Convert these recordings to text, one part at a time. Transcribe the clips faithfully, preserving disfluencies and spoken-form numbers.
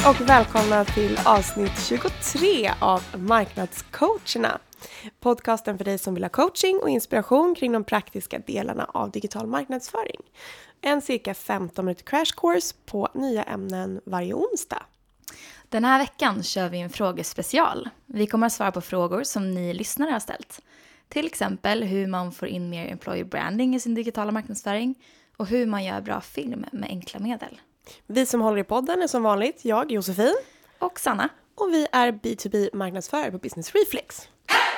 och välkomna till avsnitt tjugotre av Marknadscoacherna. Podcasten för dig som vill ha coaching och inspiration kring de praktiska delarna av digital marknadsföring. En cirka femton minuter crash course på nya ämnen varje onsdag. Den här veckan kör vi en frågespecial. Vi kommer att svara på frågor som ni lyssnare har ställt. Till exempel hur man får in mer employer branding i sin digitala marknadsföring och hur man gör bra film med enkla medel. Vi som håller i podden är som vanligt jag, Josefin. Och Sanna. Och vi är B två B-marknadsförare på Business Reflex.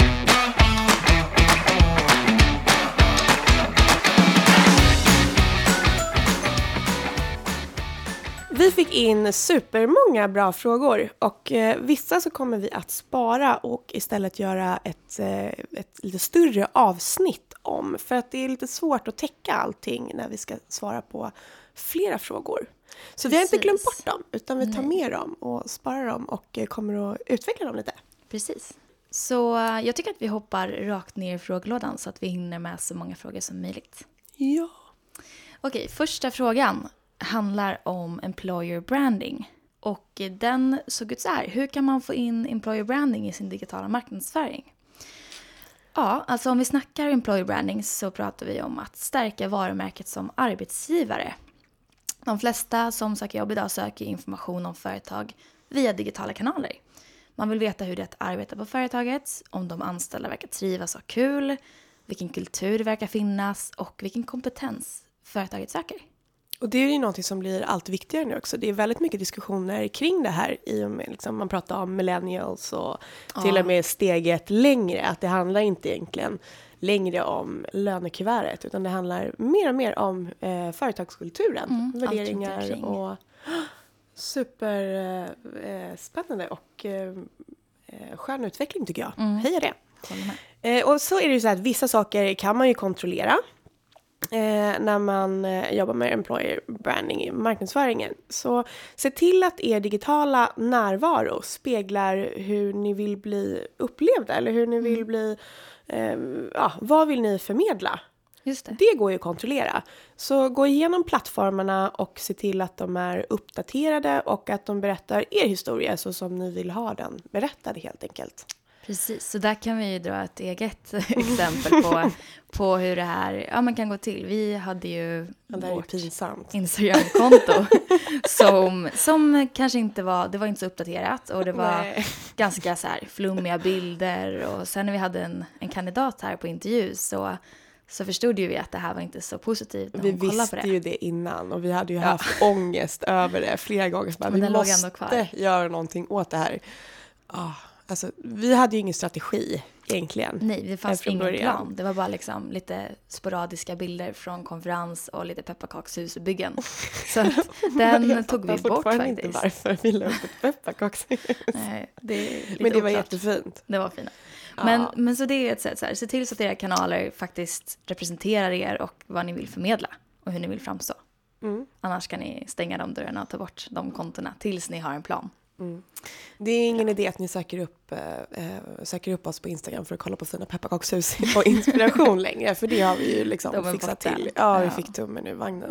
Vi fick in supermånga bra frågor och eh, vissa så kommer vi att spara och istället göra ett, eh, ett lite större avsnitt om. För att det är lite svårt att täcka allting när vi ska svara på flera frågor. Så Precis. Vi har inte glömt bort dem utan vi tar Nej. med dem och sparar dem och kommer att utveckla dem lite. Precis. Så jag tycker att vi hoppar rakt ner i frågelådan så att vi hinner med så många frågor som möjligt. Ja. Okej, första frågan handlar om employer branding. Och den såg ut så här. Hur kan man få in employer branding i sin digitala marknadsföring? Ja, alltså om vi snackar employer branding så pratar vi om att stärka varumärket som arbetsgivare. De flesta som söker jobb idag söker information om företag via digitala kanaler. Man vill veta hur det är att arbeta på företaget, om de anställda verkar trivas och ha kul, vilken kultur verkar finnas och vilken kompetens företaget söker. Och det är ju någonting som blir allt viktigare nu också. Det är väldigt mycket diskussioner kring det här i och med liksom, man pratar om millennials och ja. till och med steget längre. Att det handlar inte egentligen längre om lönekuvertet utan det handlar mer och mer om eh, företagskulturen, mm, värderingar och superspännande eh, och eh, skön utveckling tycker jag. Mm. Heja det! Eh, och så är det ju så att vissa saker kan man ju kontrollera. Eh, när man eh, jobbar med employer branding i marknadsföringen. Så se till att er digitala närvaro speglar hur ni vill bli upplevda eller hur ni vill bli, eh, ja, vad vill ni förmedla? Just det. Det går ju att kontrollera. Så gå igenom plattformarna och se till att de är uppdaterade och att de berättar er historia så som ni vill ha den berättad helt enkelt. Precis, så där kan vi ju dra ett eget exempel på, på hur det här ja, man kan gå till. Vi hade ju ja, det vårt Instagram-konto som, som kanske inte var, det var inte så uppdaterat och det var Nej. ganska så här flummiga bilder och sen när vi hade en, en kandidat här på intervju så, så förstod ju vi att det här var inte så positivt när vi hon kollade på det. Vi visste ju det innan och vi hade ju ja. haft ångest över det flera gånger. Så bara, vi måste göra någonting åt det här. Ah. Alltså, vi hade ju ingen strategi egentligen. Nej, det fanns ingen början. plan. Det var bara liksom lite sporadiska bilder från konferens och lite pepparkakshusbyggen. Så att den tog vi bort faktiskt. Inte varför vi la upp ett pepparkakshus. Nej, det är lite men det var oklart. Jättefint. Det var fina. Men, ja. men så det är ett sätt så här. Se till så att era kanaler faktiskt representerar er och vad ni vill förmedla och hur ni vill framstå. Mm. Annars kan ni stänga de dörrarna och ta bort de kontona tills ni har en plan. Mm. Det är ingen ja. idé att ni söker upp, äh, söker upp oss på Instagram för att kolla på fina pepparkakshus och inspiration längre. För det har vi ju liksom fixat till. Ja, vi ja. fick tummen ur vagnen.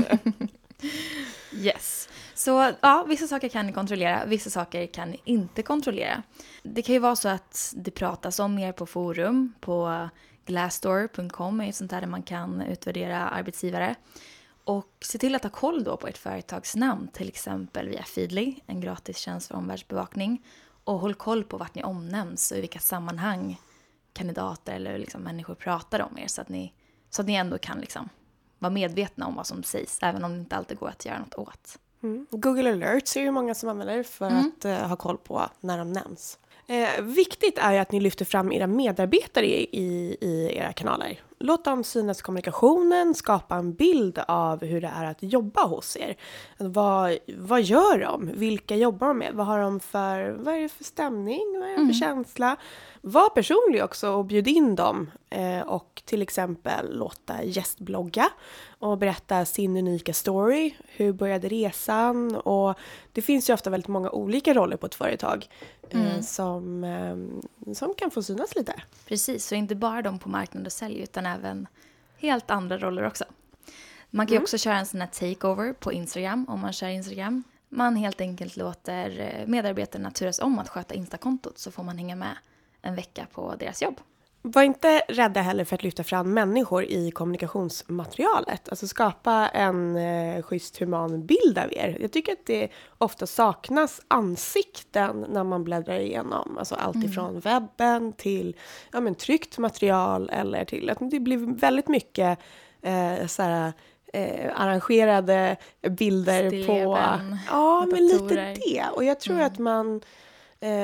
Yes. Så ja, vissa saker kan ni kontrollera, vissa saker kan ni inte kontrollera. Det kan ju vara så att det pratas om mer på forum, på glassdoor punkt com är ett sånt där, där man kan utvärdera arbetsgivare. Och se till att ha koll då på ett företagsnamn, till exempel via Feedly, en gratis tjänst för omvärldsbevakning. Och håll koll på vart ni omnämns och i vilka sammanhang kandidater eller liksom människor pratar om er. Så att ni, så att ni ändå kan liksom vara medvetna om vad som sägs, även om det inte alltid går att göra något åt. Mm. Google Alerts är ju många som använder för mm. att uh, ha koll på när de nämns. Eh, viktigt är ju att ni lyfter fram era medarbetare i, i, i era kanaler. Låt dem synas kommunikationen, skapa en bild av hur det är att jobba hos er. Vad, vad gör de? Vilka jobbar de med? Vad har de för, vad är det för stämning? Vad är det för mm. känsla? Var personlig också och bjud in dem. Eh, och till exempel låta gästblogga och berätta sin unika story. Hur började resan? Och det finns ju ofta väldigt många olika roller på ett företag. Mm. Eh, som, eh, som kan få synas lite. Precis, så inte bara de på marknaden och sälj utan även helt andra roller också. Man kan ju mm. också köra en sån här takeover på Instagram om man kör Instagram. man helt enkelt låter medarbetarna turas om att sköta Insta-kontot, så får man hänga med en vecka på deras jobb. Var inte rädda heller för att lyfta fram människor i kommunikationsmaterialet. Alltså skapa en eh, schysst human bild av er. Jag tycker att det ofta saknas ansikten när man bläddrar igenom. Alltså allt Mm. ifrån webben till ja, men, tryckt material eller till att det blir väldigt mycket eh, såhär, eh, arrangerade bilder Stilleben, på... Ja, men lite datorer. det. Och jag tror Mm. att man... Eh,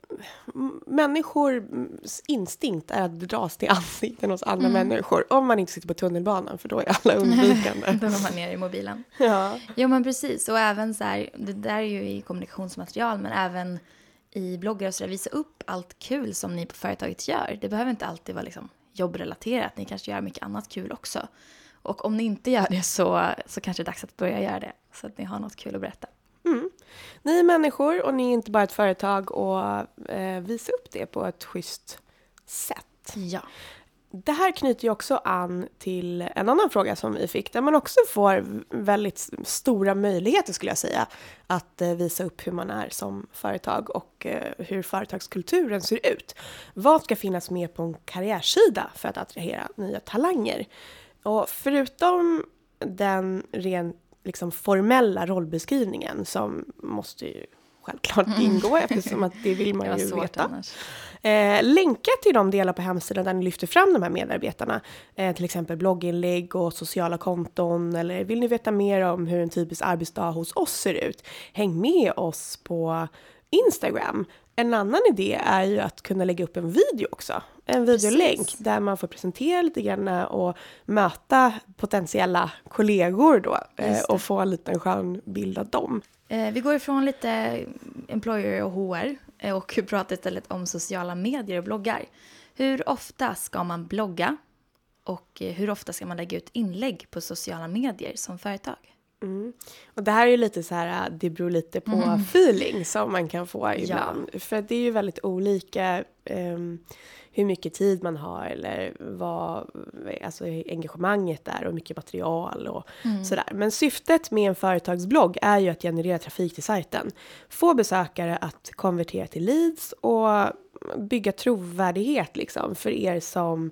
m- människors instinkt är att dras till ansikten hos andra Mm. människor. Om man inte sitter på tunnelbanan, för då är alla undvikande. Då var man ner i mobilen. Ja. Jo, men precis. Och även så här, det där är ju i kommunikationsmaterial, men även i bloggar och så där, visa upp allt kul som ni på företaget gör. Det behöver inte alltid vara liksom jobbrelaterat. Ni kanske gör mycket annat kul också. Och om ni inte gör det så, så kanske det är dags att börja göra det. Så att ni har något kul att berätta. Mm. Ni är människor och ni är inte bara ett företag, och eh, visa upp det på ett schysst sätt. Ja. Det här knyter ju också an till en annan fråga som vi fick, där man också får väldigt stora möjligheter, skulle jag säga, att eh, visa upp hur man är som företag och eh, hur företagskulturen ser ut. Vad ska finnas med på en karriärsida för att attrahera nya talanger? Och förutom den rent liksom formella rollbeskrivningen, som måste ju självklart ingå, eftersom att det vill man Det var ju svårt veta. annars. Eh, länka till de delar på hemsidan där ni lyfter fram de här medarbetarna. Eh, till exempel blogginlägg och sociala konton. Eller vill ni veta mer om hur en typisk arbetsdag hos oss ser ut? Häng med oss på Instagram. En annan idé är ju att kunna lägga upp en video också. En videolänk. Precis. Där man får presentera lite grann och möta potentiella kollegor då. Eh, Just det. och få en liten skön bild av dem. Eh, vi går ifrån lite employer och H R eh, och pratar istället om sociala medier och bloggar. Hur ofta ska man blogga och eh, hur ofta ska man lägga ut inlägg på sociala medier som företag? Mm. Och det här är ju lite så här, det beror lite på Mm. feeling som man kan få ibland. Ja. För det är ju väldigt olika um, hur mycket tid man har eller vad alltså, engagemanget är och hur mycket material och Mm. sådär. Men syftet med en företagsblogg är ju att generera trafik till sajten. Få besökare att konvertera till leads och bygga trovärdighet liksom för er som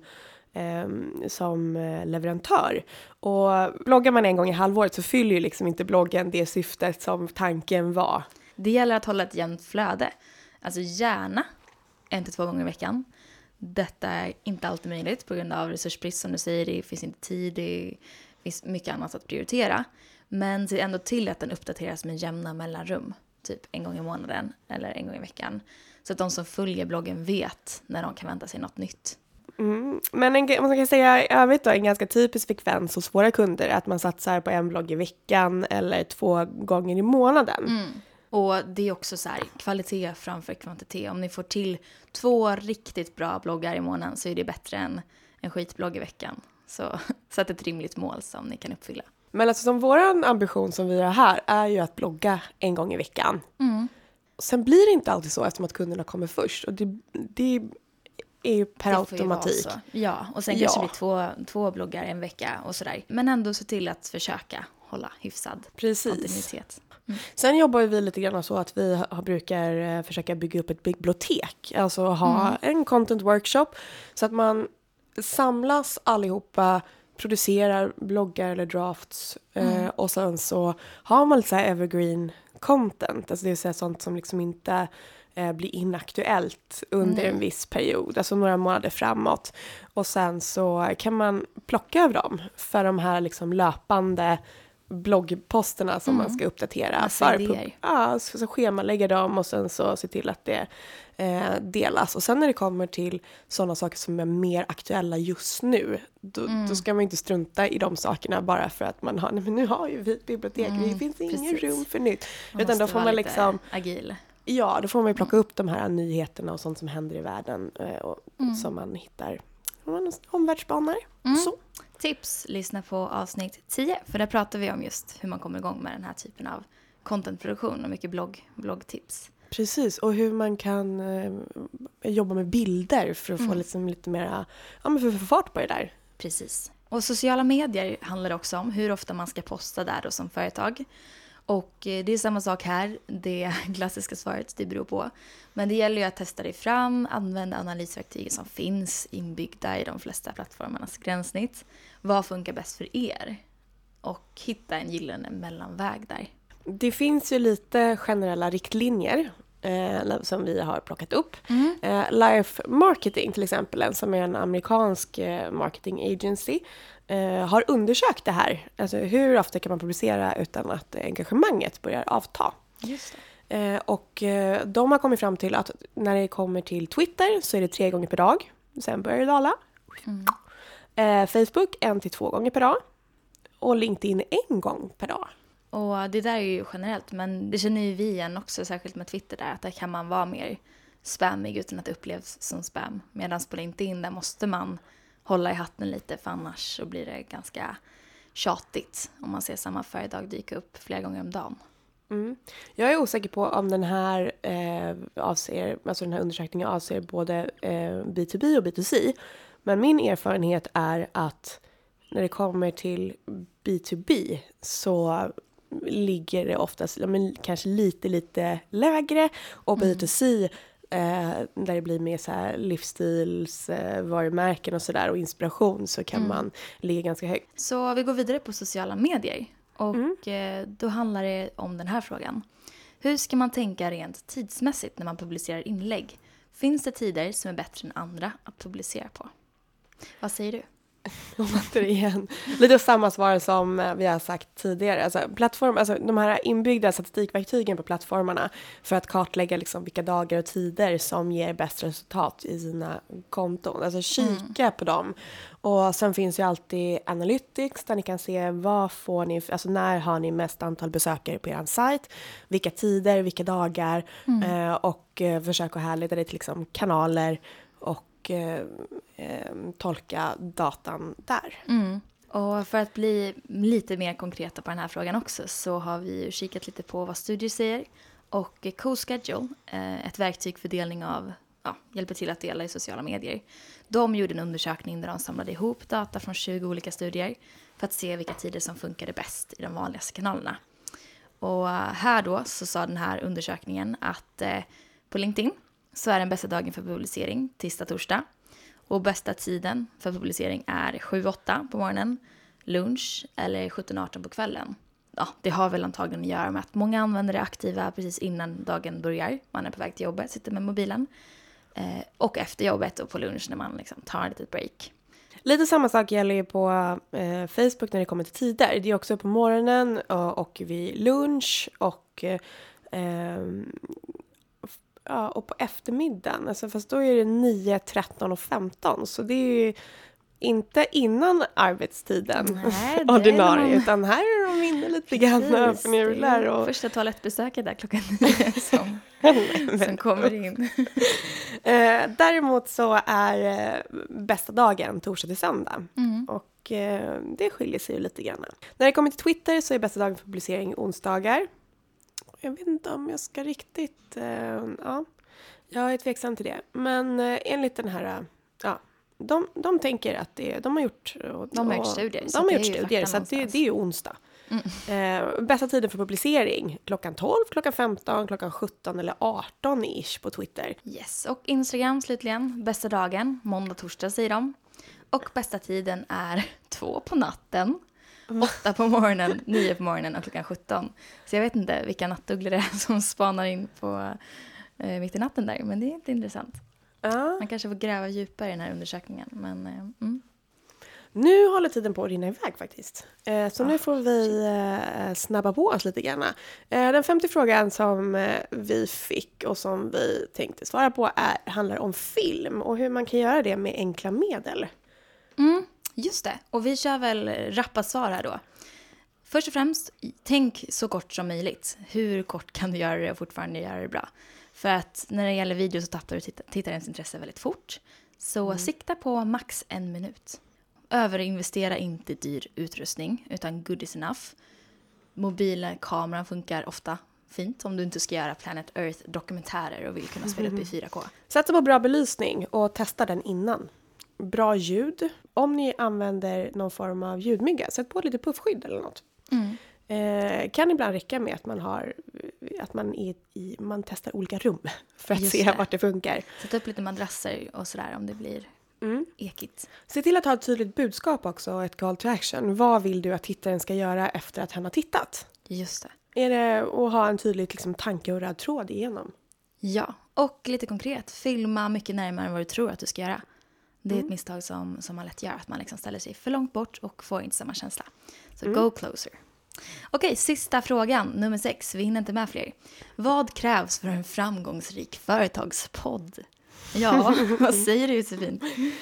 som leverantör. Och bloggar man en gång i halvåret så fyller ju liksom inte bloggen det syftet som tanken var. Det gäller att hålla ett jämnt flöde. Alltså gärna en till två gånger i veckan. Detta är inte alltid möjligt på grund av resursbrist, som du säger. Det finns inte tid, det finns mycket annat att prioritera. Men se ändå till att den uppdateras med jämna mellanrum. Typ en gång i månaden eller en gång i veckan. Så att de som följer bloggen vet när de kan vänta sig något nytt. Mm. Men en, man kan säga i övrigt då, en ganska typisk frekvens hos våra kunder är att man satsar på en blogg i veckan eller två gånger i månaden. Mm. Och det är också så här, kvalitet framför kvantitet. Om ni får till två riktigt bra bloggar i månaden så är det bättre än en skitblogg i veckan. Så sätt ett rimligt mål som ni kan uppfylla. Men alltså som våran ambition som vi har här är ju att blogga en gång i veckan. Mm. Sen blir det inte alltid så eftersom att kunderna kommer först. Och det, det är ju per Det får ju vara automatik. så. Ja, och sen Ja. kanske det blir två, två bloggar en vecka och sådär. Men ändå se till att försöka hålla hyfsad Precis. kontinuitet. Mm. Sen jobbar vi lite grann så att vi har, brukar eh, försöka bygga upp ett bibliotek. Alltså ha Mm. en content workshop så att man samlas allihopa, producerar bloggar eller drafts eh, Mm. och sen så har man lite så här evergreen content. Alltså det är så här sånt som liksom inte eh, blir inaktuellt under Nej. en viss period, alltså några månader framåt. Och sen så kan man plocka över dem för de här liksom löpande bloggposterna som Mm. man ska uppdatera. Massa för idéer. pub- ja, så, så schemalägga dem och sen så se till att det eh, delas. Och sen när det kommer till sådana saker som är mer aktuella just nu, då, Mm. då ska man inte strunta i de sakerna bara för att man har, nej men nu har ju vi ett bibliotek, Mm, det finns ingen precis. rum för nytt. Man Utan då måste får vara man lite liksom, agil. ja då får man ju plocka upp de här nyheterna och sånt som händer i världen eh, och, Mm. som man hittar om man omvärldsspanar. Mm. Så. Tips, lyssna på avsnitt tio. För där pratar vi om just hur man kommer igång med den här typen av contentproduktion och mycket blogg, bloggtips. Precis, och hur man kan eh, jobba med bilder för att få Mm. liksom lite mera, ja men för att få fart på det där. Precis. Och sociala medier handlar också om hur ofta man ska posta där då som företag. Och det är samma sak här, det klassiska svaret, det beror på. Men det gäller ju att testa dig fram, använda analysverktygen som finns inbyggda i de flesta plattformarnas gränssnitt. Vad funkar bäst för er? Och hitta en gyllene mellanväg där. Det finns ju lite generella riktlinjer eh, som vi har plockat upp. Mm. Eh, Life Marketing till exempel, som är en amerikansk eh, marketing agency, eh, har undersökt det här. Alltså hur ofta kan man publicera utan att engagemanget börjar avta. Just det. Eh, och eh, de har kommit fram till att när det kommer till Twitter så är det tre gånger per dag. Sen börjar det dala. Mm. Eh, Facebook en till två gånger per dag. Och LinkedIn en gång per dag. Och det där är ju generellt, men det känner ju vi igen också, särskilt med Twitter där, att där kan man vara mer spammig utan att det upplevs som spam. Medan på LinkedIn där måste man hålla i hatten lite, för annars så blir det ganska tjatigt om man ser samma företag dyka upp flera gånger om dagen. Mm. Jag är osäker på om den här eh, avser, alltså den här undersökningen avser både eh, B to B och B to C. Men min erfarenhet är att när det kommer till B to B så ligger det oftast ja, men kanske lite, lite lägre. Och B to C, eh, där det blir mer så här livsstils, eh, varumärken och sådär och inspiration, så kan mm. man ligga ganska högt. Så vi går vidare på sociala medier. Och mm. eh, då handlar det om den här frågan. Hur ska man tänka rent tidsmässigt när man publicerar inlägg? Finns det tider som är bättre än andra att publicera på? Vad säger du? Återigen, lite samma svar som vi har sagt tidigare. Alltså, plattform, alltså, de här inbyggda statistikverktygen på plattformarna för att kartlägga liksom vilka dagar och tider som ger bäst resultat i sina konton. Alltså kika mm. på dem. Och sen finns ju alltid Analytics där ni kan se vad får ni, alltså när har ni mest antal besökare på er sajt, vilka tider, vilka dagar mm. eh, och eh, försöka härleda det till liksom kanaler och och eh, eh, tolka datan där. Mm. Och för att bli lite mer konkreta på den här frågan också, så har vi kikat lite på vad studier säger. Och CoSchedule, eh, ett verktyg för delning av, ja, hjälper till att dela i sociala medier. De gjorde en undersökning där de samlade ihop data från tjugo olika studier för att se vilka tider som funkade bäst i de vanligaste kanalerna. Och här då så sa den här undersökningen att eh, på LinkedIn så är den bästa dagen för publicering tisdag, torsdag. Och bästa tiden för publicering är sju åtta på morgonen, lunch eller sjutton arton på kvällen. Ja, det har väl antagligen att göra med att många använder det aktiva precis innan dagen börjar. Man är på väg till jobbet, sitter med mobilen. Eh, och efter jobbet och på lunch när man liksom tar ett litet break. Lite samma sak gäller ju på eh, Facebook när det kommer till tider. Det är också på morgonen och, och vid lunch och... Eh, Ja, och på eftermiddagen. Alltså, fast då är det nio, tretton och femton. Så det är ju inte innan arbetstiden. Nej, ordinarie. Någon... Utan här är de inne lite grann för njular. Och... Första toalettbesöket där klockan nio som, som kommer in. eh, däremot så är eh, bästa dagen torsdag till söndag. Mm. Och eh, det skiljer sig ju lite grann. När det kommer till Twitter så är bästa dagen för publicering onsdagar. Jag vet inte om jag ska riktigt... Eh, ja, jag är tveksam till det. Men eh, enligt den här... Eh, ja, de, de tänker att det... De har gjort... Och, de har gjort studier. De har gjort studier, så det, det är ju onsdag. Mm. Eh, bästa tiden för publicering. Klockan tolv, klockan femton, klockan sjutton eller arton-ish på Twitter. Yes, och Instagram slutligen. Bästa dagen, måndag, torsdag säger de. Och bästa tiden är två på natten. Åtta på morgonen, nio på morgonen och klockan sjutton. Så jag vet inte vilka nattugglor det är som spanar in på eh, mitt i natten där. Men det är inte intressant. Uh. Man kanske får gräva djupare i den här undersökningen. Men, eh, mm. Nu håller tiden på att rinna iväg faktiskt. Eh, så uh, nu får vi eh, snabba på oss lite grann. Eh, den femte frågan som eh, vi fick och som vi tänkte svara på är, handlar om film. Och hur man kan göra det med enkla medel. Mm. Just det, och vi kör väl rappa svar här då. Först och främst, tänk så kort som möjligt. Hur kort kan du göra det och fortfarande göra det bra? För att när det gäller video så tappar du titt- tittarens intresse väldigt fort. Så mm. sikta på max en minut. Överinvestera inte i dyr utrustning, utan good is enough. Mobilkameran funkar ofta fint om du inte ska göra Planet Earth-dokumentärer och vill kunna spela upp i fyra K. Satsa på bra belysning och testa den innan. Bra ljud. Om ni använder någon form av ljudmygga, sätt på lite puffskydd eller något. Mm. Eh, kan ibland räcka med att man har att man, är i, man testar olika rum för att Just se det. vart det funkar. Sätta upp lite madrasser och sådär om det blir Mm. ekigt. Se till att ha ett tydligt budskap också och ett call to action. Vad vill du att tittaren ska göra efter att hen har tittat? Just det. Är det att ha en tydlig liksom, tanke och röd tråd igenom? Ja, och lite konkret. Filma mycket närmare än vad du tror att du ska göra. Det är Mm. ett misstag som, som man lätt gör. Att man liksom ställer sig för långt bort och får inte samma känsla. Så Mm. go closer. Okej, sista frågan. Nummer sex. Vi hinner inte med fler. Vad krävs för en framgångsrik företagspodd? Ja, vad säger du Josefin?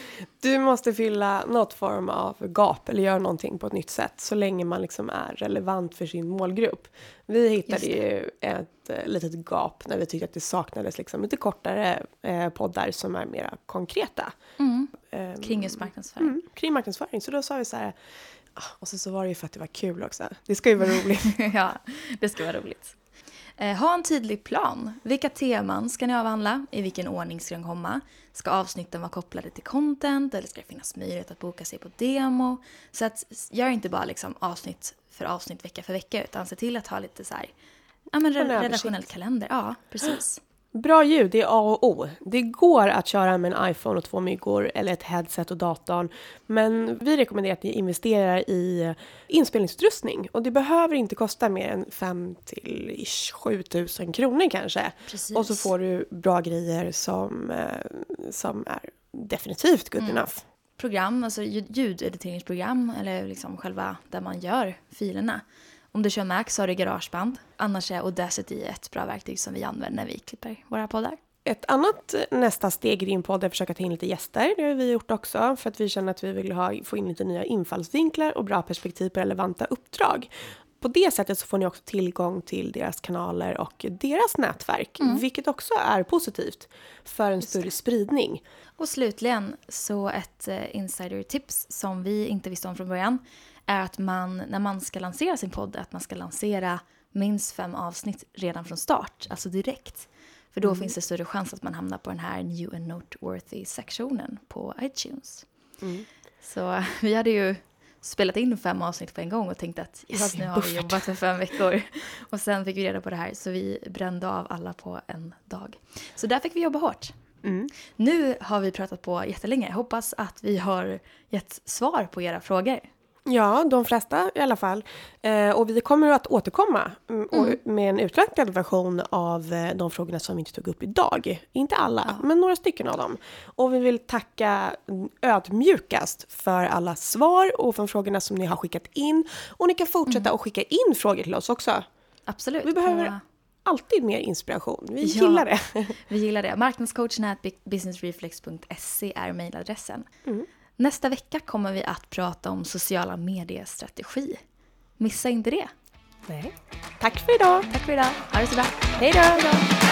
Du måste fylla något form av gap eller göra någonting på ett nytt sätt så länge man liksom är relevant för sin målgrupp. Vi hittade ju ett eh, litet gap när vi tyckte att det saknades liksom lite kortare eh, poddar som är mera konkreta. Mm. Ehm, Kring just marknadsföring. Mm, kring marknadsföring. Så då sa vi så här, ah, och så, så var det ju för att det var kul också. Det ska ju vara roligt. Ja, det ska vara roligt. Eh, ha en tydlig plan. Vilka teman ska ni avhandla? I vilken ordning ska de komma? Ska avsnitten vara kopplade till content? Eller ska det finnas möjlighet att boka sig på demo? Så att gör inte bara liksom avsnitt för avsnitt vecka för vecka. Utan se till att ha lite så här, ja men En re- översikt. redaktionell kalender. Ja, precis. Bra ljud, det är A och O. Det går att köra med en iPhone och två myggor eller ett headset och datorn. Men vi rekommenderar att ni investerar i inspelningsutrustning. Och det behöver inte kosta mer än fem till sju tusen kronor kanske. Precis. Och så får du bra grejer som, eh, som är definitivt good Mm. enough. Program, alltså ljud- ljudediteringsprogram. Eller liksom själva där man gör filerna. Om du kör Mac så har du GarageBand. Annars är Audacity ett bra verktyg som vi använder när vi klipper våra poddar. Ett annat nästa steg i din podd är att försöka ta in lite gäster. Det har vi gjort också för att vi känner att vi vill ha, få in lite nya infallsvinklar och bra perspektiv på relevanta uppdrag. På det sättet så får ni också tillgång till deras kanaler och deras nätverk. Mm. Vilket också är positivt för en Just större det. spridning. Och slutligen så ett eh, insider-tips som vi inte visste om från början är att man, när man ska lansera sin podd, att man ska lansera minst fem avsnitt redan från start, alltså direkt. För då Mm. finns det större chans att man hamnar på den här new and noteworthy-sektionen på iTunes. Mm. Så vi hade ju spelat in fem avsnitt på en gång och tänkt att Ja, yes, vi nu har har vi buffert. jobbat för fem veckor. Och sen fick vi reda på det här, så vi brände av alla på en dag. Så där fick vi jobba hårt. Mm. Nu har vi pratat på jättelänge. Jag hoppas att vi har gett svar på era frågor. Ja, de flesta i alla fall. Eh, och vi kommer att återkomma mm, och, Mm. med en utvecklad version av eh, de frågorna som vi inte tog upp idag. Inte alla, Ja. men några stycken av dem. Och vi vill tacka ödmjukast för alla svar och för frågorna som ni har skickat in. Och ni kan fortsätta Mm. att skicka in frågor till oss också. Absolut. Vi behöver- På- Alltid mer inspiration. Vi Ja. gillar det. Vi gillar det. Marknadscoachen at businessreflex punkt se är mejladressen. Mm. Nästa vecka kommer vi att prata om sociala mediestrategi. Missa inte det. Nej. Tack för idag. Tack för idag. Ha det så bra. Hej då!